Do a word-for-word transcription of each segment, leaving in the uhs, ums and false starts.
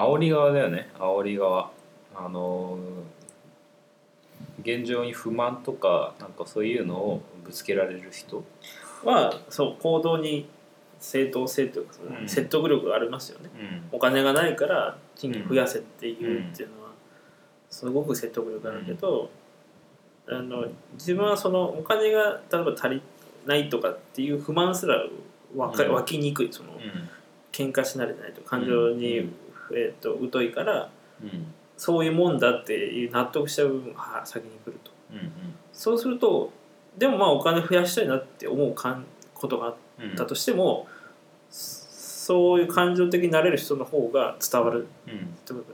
煽り側だよね。煽り側、あの現状に不満とかなんかそういうのをぶつけられる人はそう行動に正当性というかその説得力がありますよね、うん、お金がないから賃金増やせっていうっていうのはすごく説得力あるけど、うん、あの自分はそのお金が例えば足りないとかっていう不満すら湧か、うん、湧きにくいその、うん、喧嘩し慣れてないと感情に、うんえー、と疎いから、うん、そういうもんだっていう納得しちゃう部分が先に来ると、うんうん、そうするとでもまあお金増やしたいなって思うことがあったとしても、うん、そういう感情的になれる人の方が伝わる、うん、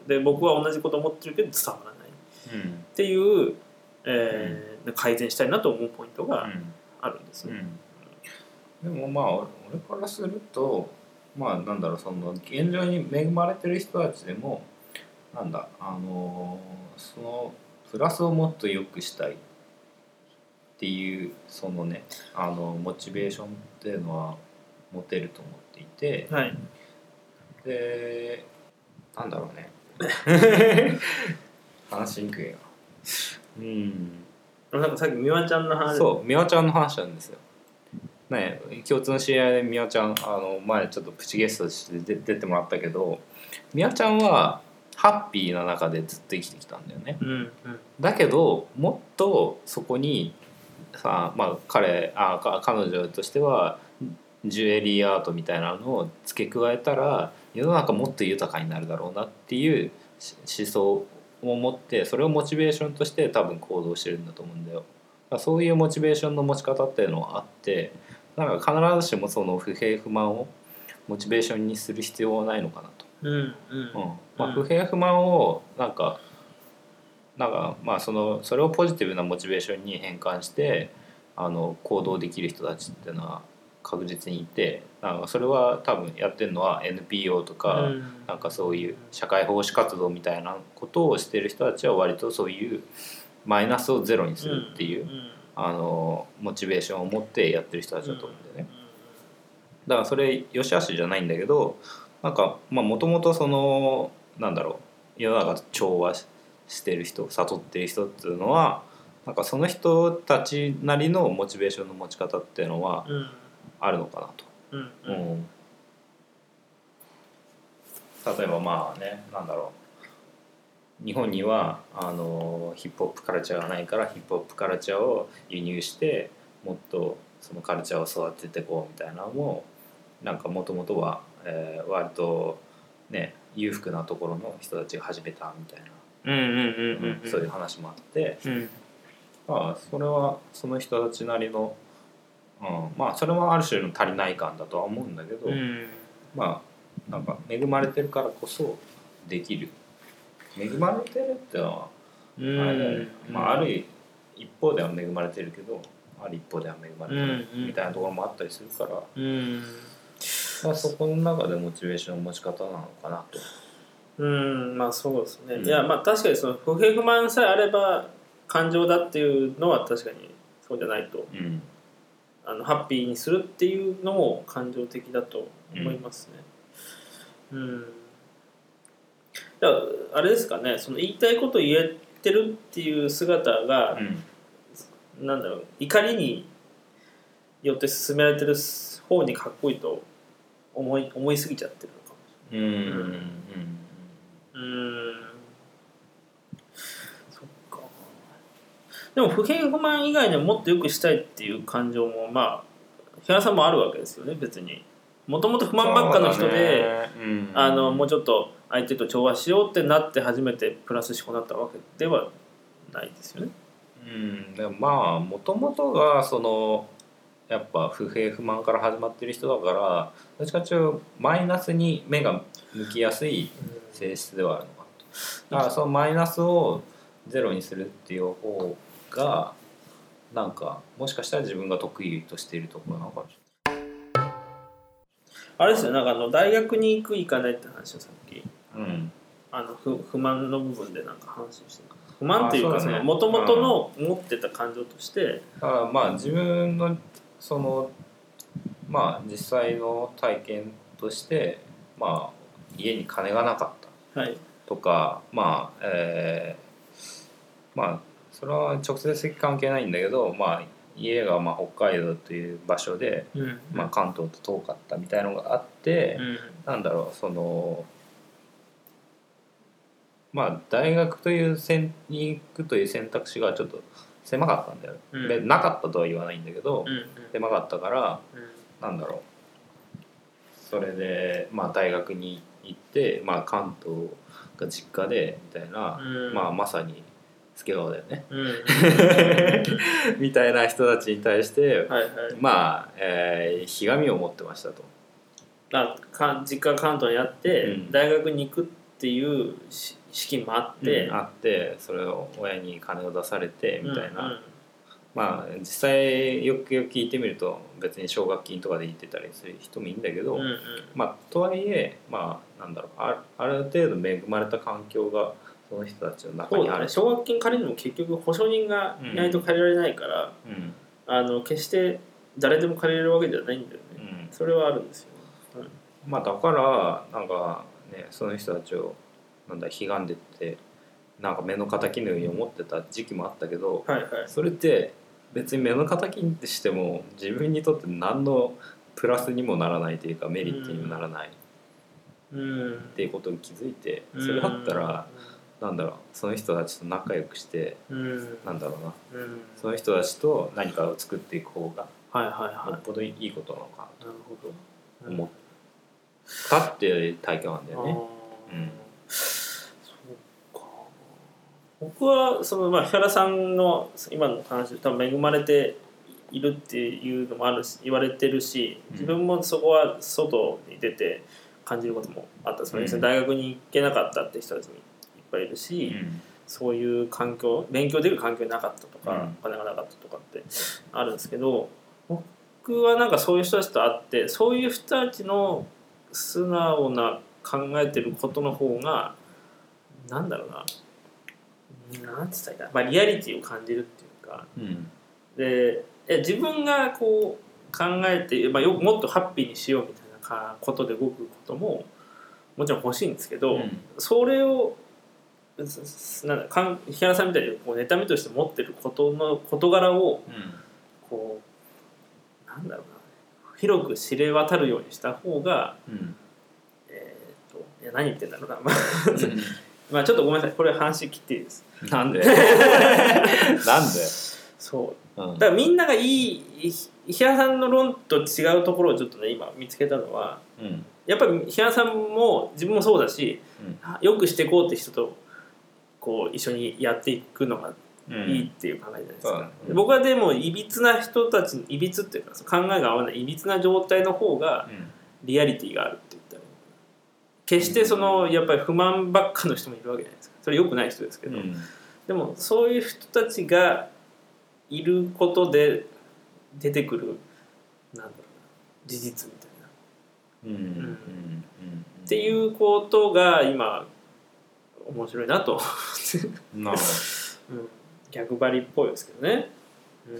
で僕は同じこと思ってるけど伝わらない、うん、っていう、えーうん、改善したいなと思うポイントがあるんですね、 うん、でもまあ俺からするとまあなんだろうその現状に恵まれてる人たちでもなんだあのそのプラスをもっと良くしたいっていうそのねあのモチベーションっていうのは持てると思っていて、はい、でなんだろうね話しにくいなうんなんかさっき美和ちゃんの話そう美和ちゃんの話なんですよね、共通の知り合いで美和ちゃんあの前ちょっとプチゲストして出てもらったけど美和ちゃんはハッピーな中でずっと生きてきたんだよね、うんうん、だけどもっとそこにさ、まあ、彼あ彼女としてはジュエリーアートみたいなのを付け加えたら世の中もっと豊かになるだろうなっていう思想を持ってそれをモチベーションとして多分行動してるんだと思うんだよ。だからそういうモチベーションの持ち方っていうのはあってなんか必ずしもその不平不満をモチベーションにする必要はないのかなと、うんうんうんまあ、不平不満をなんかなんかまあそのそれをポジティブなモチベーションに変換してあの行動できる人たちっていうのは確実にいてなんかそれは多分やってるのは エヌピーオー とか、うん、なんかそういう社会奉仕活動みたいなことをしてる人たちは割とそういうマイナスをゼロにするっていう、うんうん、あのモチベーションを持ってやってる人たちだと思うんだよね。だからそれ良し悪しじゃないんだけどなんかもともとそのなんだろう世の中と調和してる人悟ってる人っていうのはなんかその人たちなりのモチベーションの持ち方っていうのはあるのかなと、うんうんうん、例えばまあねなんだろう日本にはあのヒップホップカルチャーがないからヒップホップカルチャーを輸入してもっとそのカルチャーを育てていこうみたいなのもなんかもともとは、えー、割とね裕福なところの人たちが始めたみたいなそういう話もあって、うんまあ、それはその人たちなりの、うん、まあそれはある種の足りない感だとは思うんだけど、うん、まあなんか恵まれてるからこそできる恵まれてるってのはあれだよね、うんまあ、ある一方では恵まれてるけどある一方では恵まれてないみたいなところもあったりするから、うんまあ、そこの中でモチベーションの持ち方なのかなと。 うんまあそうですね、うん、いやまあ確かにその不平不満さえあれば感情だっていうのは確かにそうじゃないと、うん、あのハッピーにするっていうのも感情的だと思いますね。うん、うん、だからあれですかねその言いたいこと言えてるっていう姿が、うん、なんだろう怒りによって進められてる方にかっこいいと思い思いすぎちゃってるのかもしれない。うん、うんうーんそっかでも不平不満以外にももっと良くしたいっていう感情もまあ平さんもあるわけですよね別にもともと不満ばっかの人で、うん、あのもうちょっと相手と調和しようってなって初めてプラス思考になったわけではないですよね。 うん、でもまあもともとがそのやっぱ不平不満から始まってる人だからどっちかというとマイナスに目が向きやすい性質ではあるのかなと。だからそのマイナスをゼロにするっていう方がなんかもしかしたら自分が得意としているところなのかもしれない。 あれですよなんかあの大学に行く行かないって話をさっき、うん、あの 不, 不満の部分でなんか話をして不満っていうかもともとの持ってた感情としてだからまあ自分のそのまあ実際の体験としてまあ家に金がなかったとか、まあえー、まあそれは直接的関係ないんだけど、まあ家がまあ北海道という場所で、 うん、 まあ、関東と遠かったみたいなのがあって、 うん、 なんだろうそのまあ大学という選に行くという選択肢がちょっと狭かったんだよ、うん、でなかったとは言わないんだけど、うんうん、狭かったから、うん、なんだろうそれでまあ大学に行って、まあ、関東が実家でみたいな、うん、まあまさに助川だよね、うん、みたいな人たちに対して、はいはい、まあ、えー、ひがみを持ってましたと。 あか実家関東にあって、うん、大学に行くっていう資金もあって、 うん、あってそれを親に金を出されてみたいな、うんうん、まあ実際よくよく聞いてみると別に奨学金とかで行ってたりする人もいいんだけど、うんうん、まあとはいえまあなんだろう あ, ある程度恵まれた環境がその人たちの中にある。 奨学金借りるのも結局保証人がいないと借りられないから、うん、あの決して誰でも借りれるわけじゃないんだよね、うん、それはあるんですよ、 うん、まあだからなんかねその人たちをなんだ悲願でってなんか目の敵のように思ってた時期もあったけど、はいはい、それって別に目の敵ってしても自分にとって何のプラスにもならないというかメリットにもならないっていうことに気づいて、それだったらなんだろうその人たちと仲良くしてなんだろうなその人たちと何かを作っていく方がよっぽどいいことなのかなと思ったっていう体験なんだよね。うん、 そうか。僕はそのまあ日原さんの今の話で多分恵まれているっていうのもあるし言われてるし、自分もそこは外に出て感じることもあった。それに大学に行けなかったって人たちもいっぱいいるし、うん、そういう環境勉強できる環境になかったとか、うん、お金がなかったとかってあるんですけど、僕はなんかそういう人たちと会ってそういう人たちの素直な考えてることの方がなんだろうななんつったらいいかな、まあ、リアリティを感じるっていうか、うん、で自分がこう考えて、まあ、よもっとハッピーにしようみたいなことで動くことももちろん欲しいんですけど、うん、それをなんだか日原さんみたいにこう妬みとして持ってることの事柄を、うん、こうなんだろうな広く知れ渡るようにした方が、うん、えー、っといや何言ってんだろうな、まあまあちょっとごめんなさいこれ話切っていいです。 なんでなんでそう、うん、だからみんながいい日原さんの論と違うところをちょっとね今見つけたのは、うん、やっぱり日原さんも自分もそうだし、うん、よくしていこうって人とこう一緒にやっていくのがいいっていう考えじゃないですか、うん、僕はでもいびつな人たちいびつっていうか考えが合わないいびつな状態の方がリアリティがあるって言ったら決してそのやっぱり不満ばっかの人もいるわけじゃないですか。それ良くない人ですけど、うん、でもそういう人たちがいることで出てくるなんだろうな事実みたいな、うんうんうん、っていうことが今面白いなと思ってなるほど、うん、逆張りっぽいですけどね、うん、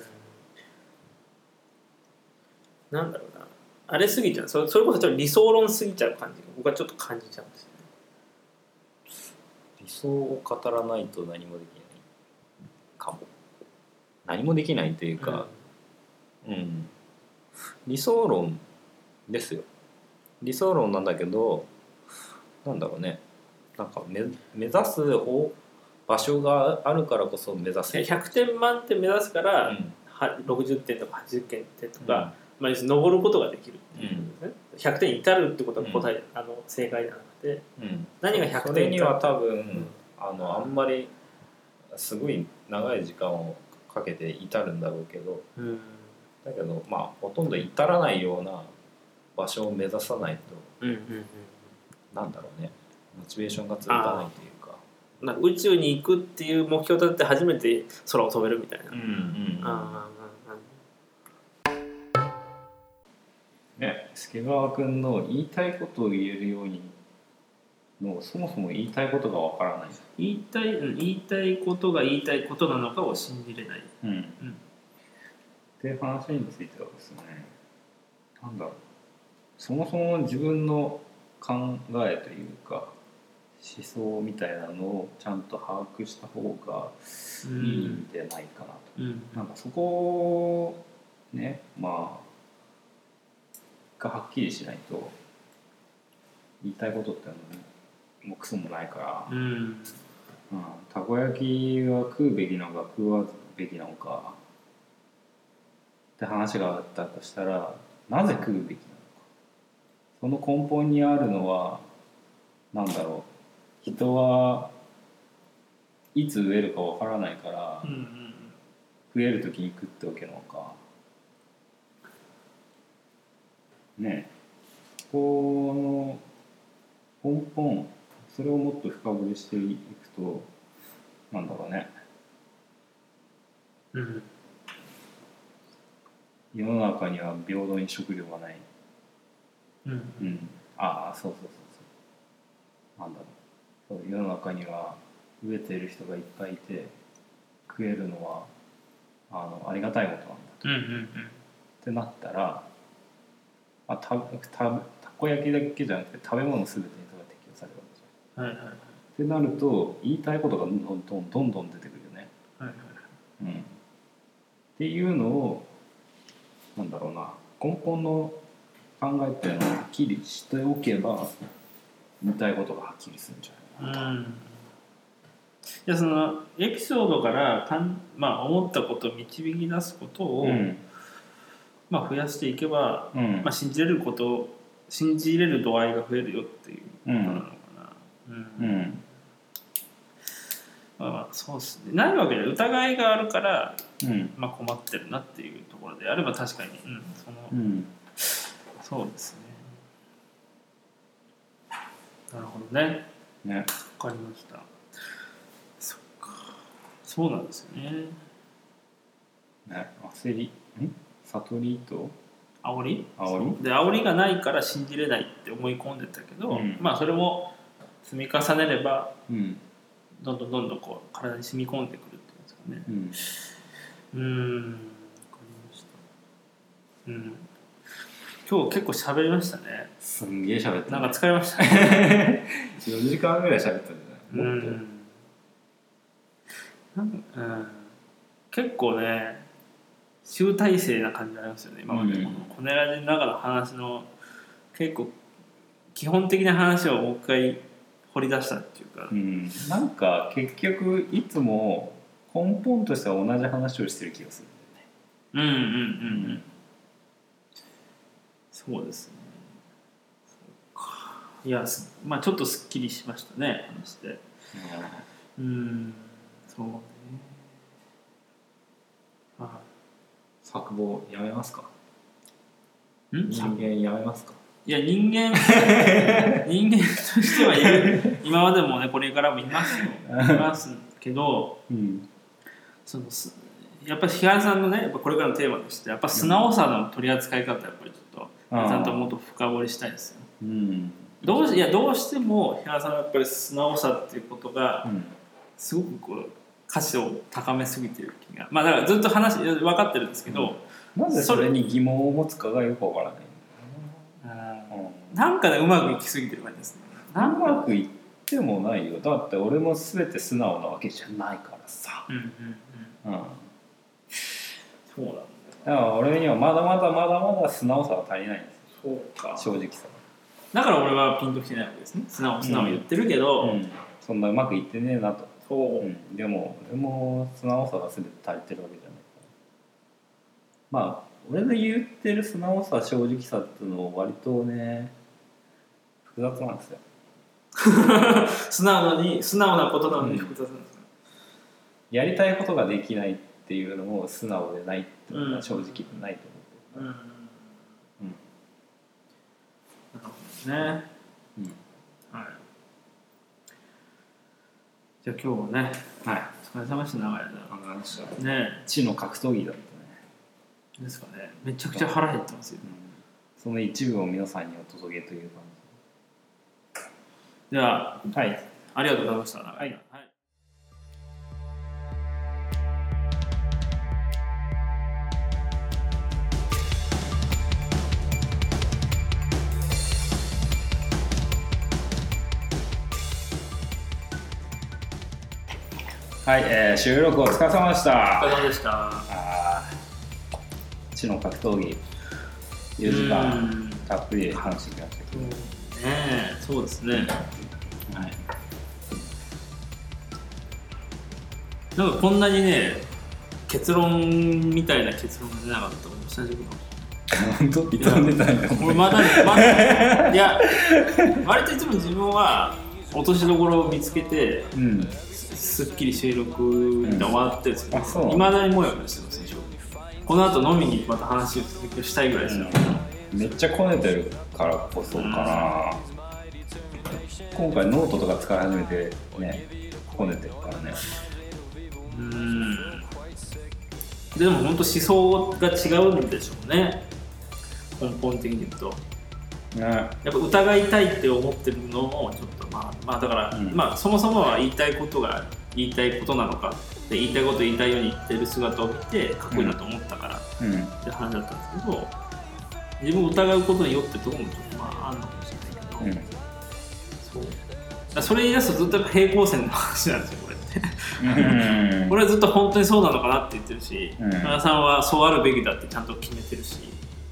なんだろうなあれすぎちゃう そ, それこそちょっと理想論すぎちゃう感じが僕はちょっと感じちゃうんですよね。 理想を語らないと何もできないかも。何もできないというか、うん、うん、理想論ですよ。理想論なんだけどなんだろうねなんか 目, 目指す場所があるからこそ目指すひゃくてん満点目指すから、うん、ろくじゅってんとかはちじゅってんとか、うんまあ、要するに登ることができるっていうことですね、うん、ひゃくてん至るってことが答え、うん、あの正解じゃなくて、うん、何がひゃくてんかそれには多分、うん、あのあんまりすごい長い時間をかけて至るんだろうけど、うん、だけどまあほとんど至らないような場所を目指さないと、うんうんうん、なんだろうねモチベーションが続かないというかなんか宇宙に行くっていう目標を立てて初めて空を飛べるみたいな、うんうんうんあね、助川君の言いたいことを言えるようにのそもそも言いたいことがわからない言いたい、言いたいことが言いたいことなのかを信じれない、うんうん、 っていう話についてはですねなんだろうそもそも自分の考えというか想みたいなのをちゃんと把握した方がいいんじゃないかなと、うん、なんかそこをねまあがはっきりしないと言いたいことってのもクソもないから、うんうん、たこ焼きは食うべきなのか食わずべきなのかって話があったとしたら、なぜ食うべきなのか、その根本にあるのはなんだろう、人はいつ飢えるかわからないから、うんうん、食える時に食っておけるのかね、この根本、それをもっと深掘りしていくとなんだろうね、うん、世の中には平等に食料がない、うんうん、ああそうそうそうそうなんだろう、そう世の中には飢えている人がいっぱいいて食えるのはあのありがたいことなんだと、うんうんうん、ってなったらあ た, た, たこ焼きだけじゃなくて食べ物すべてにそれが適用されるわけじゃん、はいはいはい、ってなると言いたいことがどんどんどんどんどん出てくるよね、はいはいはい、うん、っていうのをなんだろうな、根本の考えっていうのをはっきりしておけば言いたいことがはっきりするんじゃないかなと、うん、いやそのエピソードからかん、まあ、思ったことを導き出すことを、うんまあ、増やしていけば、うんまあ、信じれること信じれる度合いが増えるよっていうことなのかな、うんうんうんまあ、そうですね、ないわけで疑いがあるから、うんまあ、困ってるなっていうところであれば確かに、うんそのうん、そうですね、なるほどね、ね、分かりました。そっか、そうなんですよね。 ね、焦りん悟りと煽り煽りで煽りがないから信じれないって思い込んでたけど、うん、まあそれも積み重ねれば、うん、どんどんどんどんこう体に染み込んでくるっていうんですかね。うん、うーん、わかりました。うん。今日結構喋りましたね。 すんげえ喋った、 ね。なんか疲れましたね。 よじかんぐらい喋ったんじゃない？もっと。 なんか、うん、結構ね。集大成な感じありますよね今まで、うん、このラジの中の話の結構基本的な話をもう一回掘り出したっていうか、 うん、なんか結局いつも根本としては同じ話をしてる気がするんだよね。うんうんうんうん、そうですね。そうか、いやまあちょっとすっきりしましたね話して、うん、うんそうね、 はい、作望やめますか？ん？人間やめますか？ いや人間人間としてはいる今までもねこれからもいますよいますけど、うん、そのやっぱり日原さんのねやっぱこれからのテーマとしてやっぱ素直さの取り扱い方やっぱりちょっと日原さんともっと深掘りしたいですよ、うん、どうしいやどうしても日原さんはやっぱり素直さっていうことがすごくこう価値を高めすぎてる気が、まあだからずっと話分かってるんですけど、 うん、なぜそれに疑問を持つかがよく分からない。 うん、なんかねうまくいきすぎてる感じですね。 うまくいってもないよ。だって俺も全て素直なわけじゃないからさ。うんうんうん。うん、そうなんだよ。だから俺にはまだまだまだまだ素直さが足りないんですよ。そうか。正直さ。 だから俺はピンときてないわけですね。素直素直言ってるけど、うんうん、 そんなうまくいってねえなと。そう、うん、でも俺も素直さが全て足りてるわけじゃないから。まあ俺の言ってる素直さ正直さっていうのは割とね複雑なんですよ。 素直に素直なことなのに複雑なんですよ、 うん、やりたいことができないっていうのも素直でないっていうのは正直でないと思ってる、うんうんうん、 なるほどね、うん、はい。じゃあ今日はね、はい、お疲れ様でした。長い間ありましたね。地の格闘技だったねですかね。めちゃくちゃ腹減ってますよ、うん、 その一部を皆さんにお届けという感じでは、はい、ありがとうございました。はい、はい。 はい、えー、収録お疲れ様でした。 お疲れ様でした。 あ知の格闘技ゆうじかんたっぷり話してきましたけど、ねえ、そうですね、はい、なんかこんなにね結論みたいな結論が出なかったのも久しぶりかもしれない。 本当？いつも出たんだよ。 俺まだね、まだいや割といつも自分は落としどころを見つけて、うん、すっきり収録で終わってるんですけど、いま、うん、だにもやもやしてますでしょ。この後飲みにまた話を続きしたいぐらいですよ、 うん、めっちゃこねてるからこそかな、うん、今回ノートとか使い始めてねこねてるからね。 うーんでも本当思想が違うんでしょうね、根本的に言うと、ね、やっぱ疑いたいって思ってるのもちょっとまあまあだから、うん、まあそもそもは言いたいことが言いたいことなのかで言いたいことを言いたいように言ってる姿を見てかっこいいなと思ったから、うん、って話だったんですけど、自分を疑うことによってどうもちょっとまああるのかもしれないけど、うん、そうだそれ言い出すとずっと平行線の話なんですよこれって。これはずっと本当にそうなのかなって言ってるし、うん、原さんはそうあるべきだってちゃんと決めてるし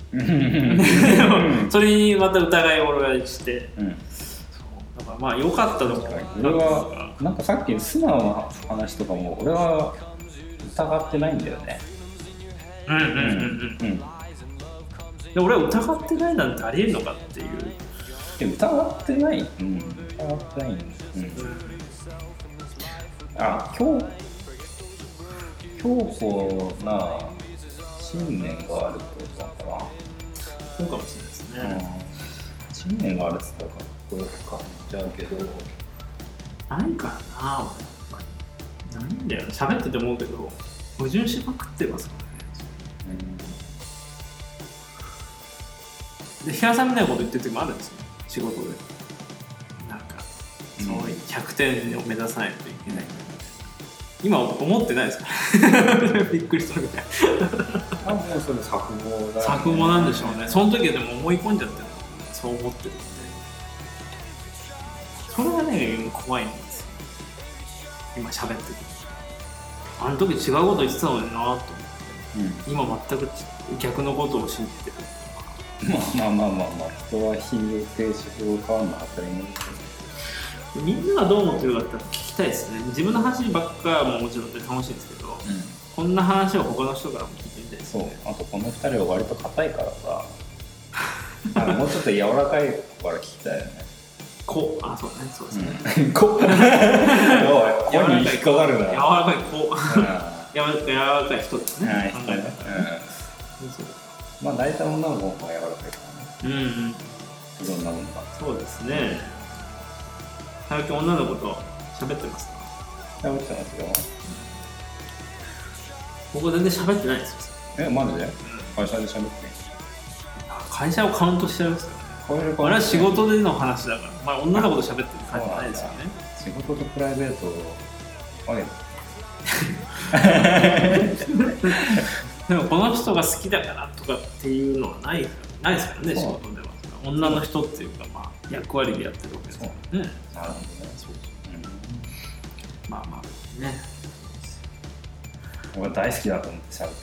それにまた疑いを俺がして、うん、そうだからまあ良かったのか俺はなんかさっきの素直な話とかも俺は疑ってないんだよね。 うんうんうんうん、うん、で俺は疑ってないなんてありえるのかっていう。 でも疑ってない、うん、疑ってないんです、うんうん、あ強強固な信念があるってことなのかな。 そうかもしれないですね、 うん、信念があるって言ったらかっこよく感じちゃうけどないからな俺ないんだよね。喋ってて思うけど矛盾しまくってますからね、うん、で平さんみたいなこと言ってる時もあるんですよ仕事で。なんかそういうひゃくてんを目指さないといけない、うん、今思ってないですからびっくりしたみたいな。もうそれ錯誤だ、ね、 錯誤なんでしょうね。その時はでも思い込んじゃってる、そう思ってるんで、それがね怖いんですよ今喋ってる。あの時違うこと言ってたのになと思って、うん、今全く逆のことを信じてる。 まあまあまあまあまあ人は非定式を変わるのは当たり前ですけど、みんながどう思ってるかって聞きたいですね。自分の話ばっかももちろん楽しいんですけど、うん、こんな話を他の人からも聞いてみたいですね。 そう、あとこのふたりは割と硬いからさあのもうちょっと柔らかいから聞きたいよね。 こあそうねそうですね、 うん、ここに引っかかるな。 柔らかいこ柔らかい人ですね。はい、人ね、 うん、まあ大体女の子が柔らかいからね。うんうん。いろんなものが。 そうですね。最近女の子と喋ってますか？ 喋ってますよ。 僕は全然喋ってないですよ。え、マジで？会社で喋ってる？ 会社をカウントしてるんですよね。あれは仕事での話だから、まあ女の子と喋ってる感じじゃないですよね。 仕事とプライベートを分けて。 でもこの人が好きだからとかっていうのはないないですからね、仕事では。女の人っていうか、まあ役割でやってるわけですからね。なるほどね。そう、うん、まあまあね。 俺大好きだと思って喋ってる。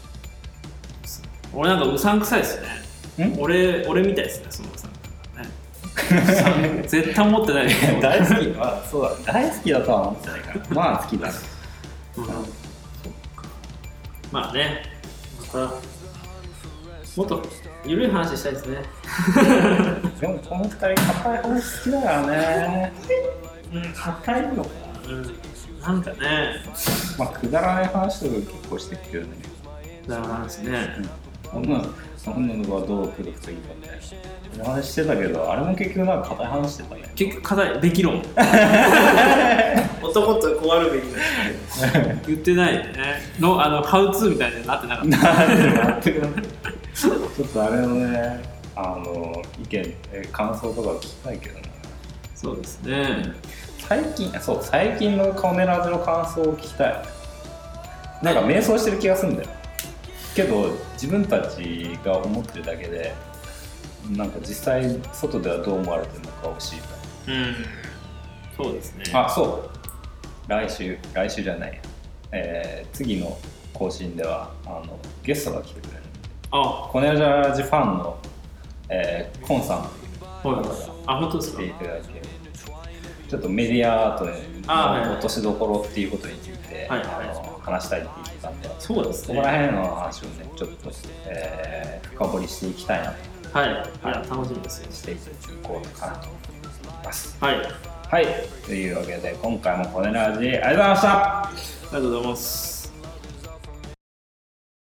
俺なんかうさんくさいですね。俺俺みたいですね、そのうさんく、ね、絶対思ってない大好きはそうだ、大好きだとは思ってないからまあ好きだ、うん、そうか。 まあね、またもっと緩い話したいですねでもこのふたり硬い話好きだからね。 うん硬いのかな、うん、なんかね、 まあくだらない話とか結構してきてるね。 くだらない話ね、 うん、女の子はどう来るといいかみたいな話してたけど、あれも結局なんか硬い話してたね。 結局硬いべき論男とこうあるべきだ言ってないねの、あのハウツーみたいになってなかったちょっとあれのね、あの意見感想とか聞きたいけどね。 そうですね。 最近そう最近のカメラズの感想を聞きたい。なんか迷走してる気がするんだよけど、自分たちが思ってるだけで、なんか実際外ではどう思われてるのかを知りたい。うん、 そうですね。 あ、そう。 来週来週じゃないや、えー、次の更新ではあのゲストが来てくれるんで、 あコネラジャージファンの、えー、コンさんという方が来ていただいて、ちょっとメディアアートの落としどころっていうことについて、はいはい、あの話したいって言ってたんで、 そうですね、 そこら辺の話をねちょっと、えー、深掘りしていきたいなと、 はい、はい、いや楽しみですよ、 していこうかなと思います。 はい、 はい、というわけで今回もコネラジありがとうございました。 ありがとうございます。